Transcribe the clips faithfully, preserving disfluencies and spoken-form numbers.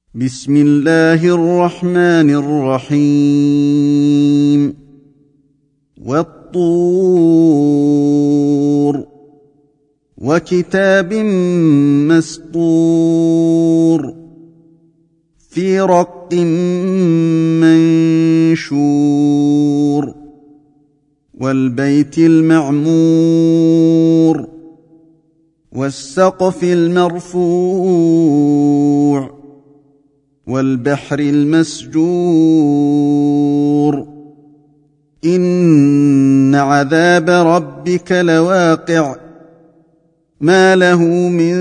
بسم الله الرحمن الرحيم والطور وكتاب مسطور في رق منشور والبيت المعمور والسقف المرفوع والبحر المسجور إن عذاب ربك لواقع ما له من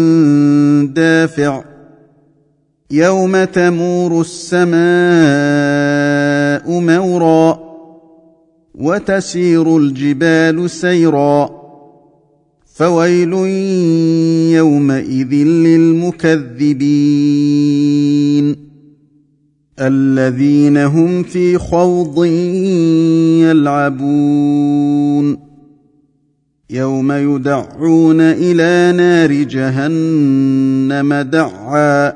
دافع يوم تمور السماء مورا وتسير الجبال سيرا فويل يومئذ للمكذبين الذين هم في خوض يلعبون يوم يدعون إلى نار جهنم دعا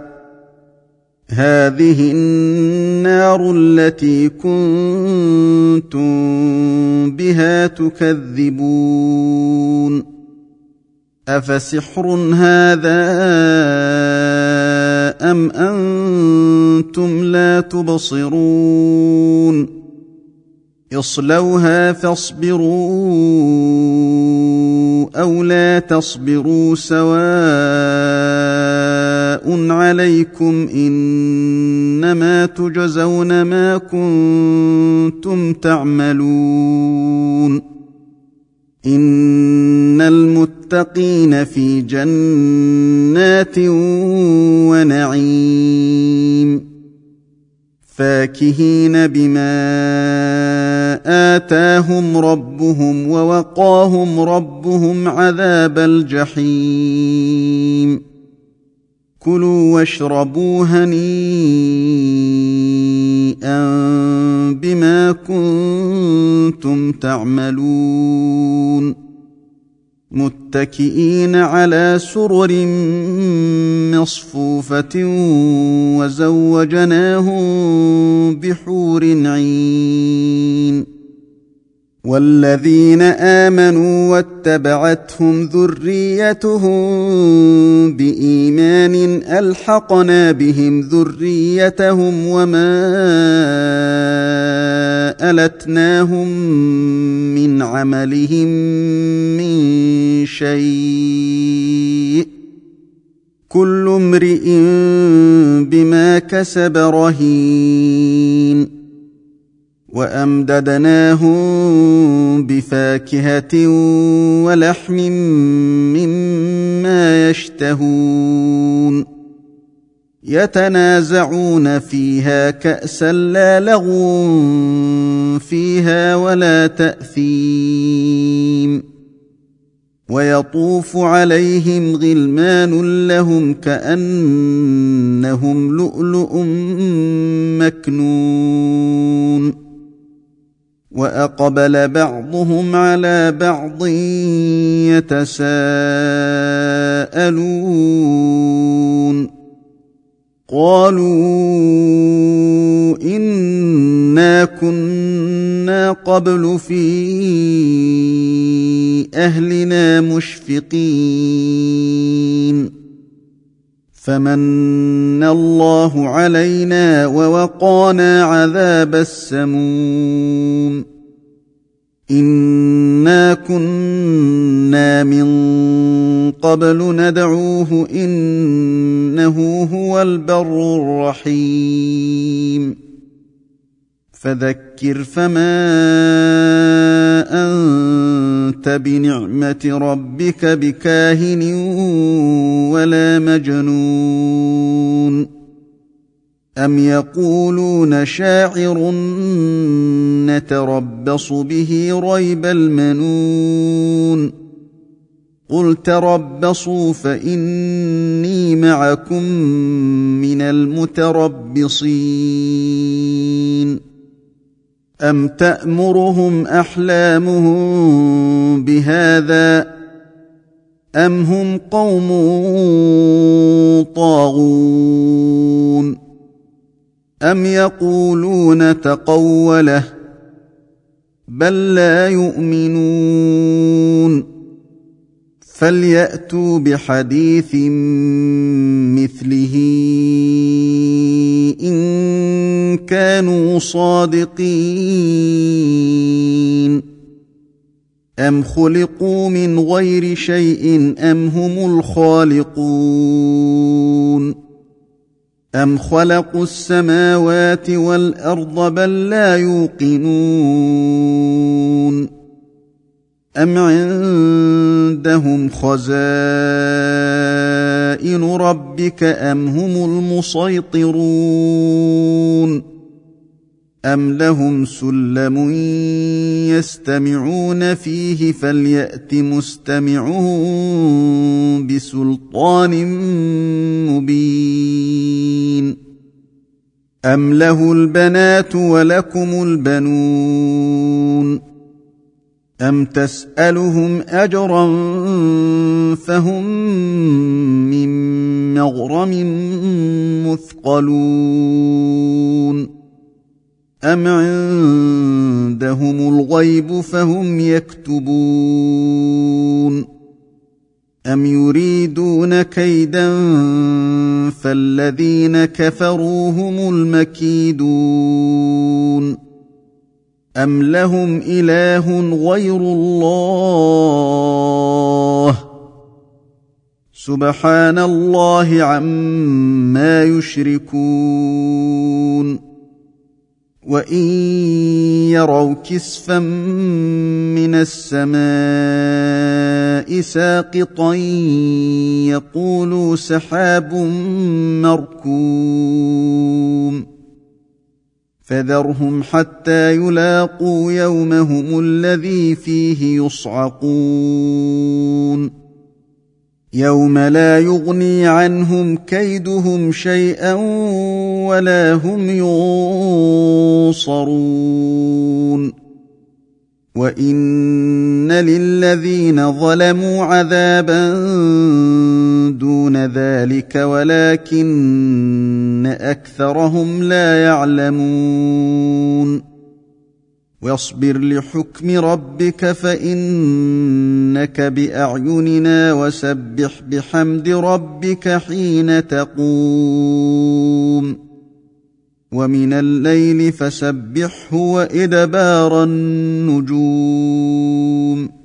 هذه النار التي كنتم بها تكذبون أفسحر هذا أم أنتم لا تبصرون اصلوها فاصبروا أو لا تصبروا سواء عليكم إنما تجزون ما كنتم تعملون إن المتقين في جنات ونعيم فاكهين بما آتاهم ربهم ووقاهم ربهم عذاب الجحيم كلوا واشربوا هنيئا بما كنتم تعملون متكئين على سرر مصفوفة وزوجناهم بحور عين والذين آمنوا واتبعتهم ذريتهم بإيمان ألحقنا بهم ذريتهم وما ألتناهم من عملهم من شيء كل امرئ بما كسب رهين وأمددناهم بفاكهة ولحم مما يشتهون يتنازعون فيها كأسا لا لغو فيها ولا تأثيم ويطوف عليهم غلمان لهم كأنهم لؤلؤ مكنون وأقبل بعضهم على بعض يتساءلون قالوا إنا كنا قبل في أهلنا مشفقين فمن الله علينا ووقانا عذاب السموم إنا كنا من قبل ندعوه إنه هو البر الرحيم فذكر فما أنت بنعمة ربك بكاهن ولا مجنون أم يقولون شاعر نتربص به ريب المنون قل تربصوا فإني معكم من المتربصين أم تأمرهم أحلامهم بهذا أم هم قوم طاغون أم يقولون تقوله بل لا يؤمنون فليأتوا بحديث مثله إن كانوا صادقين أم خلقوا من غير شيء أم هم الخالقون أم خلقوا السماوات والأرض بل لا يوقنون أم عندهم خزائن ربك أم هم المسيطرون أم لهم سلم يستمعون فيه فليأت مستمعهم بسلطان مبين أم له البنات ولكم البنون أم تسألهم أجرا فهم من مغرم مثقلون أم عندهم الغيب فهم يكتبون أم يريدون كيدا فالذين كفروا هم المكيدون أم لهم إله غير الله سبحان الله عما يشركون وإن يروا كسفا من السماء ساقطا يقولوا سحاب مركوم فذرهم حتى يلاقوا يومهم الذي فيه يصعقون يوم لا يغني عنهم كيدهم شيئا ولا هم ينصرون وإن للذين ظلموا عذابا دون ذلك ولكن أكثرهم لا يعلمون واصبر لحكم ربك فإنك بأعيننا وسبح بحمد ربك حين تقوم ومن الليل فسبحه وإدبار النجوم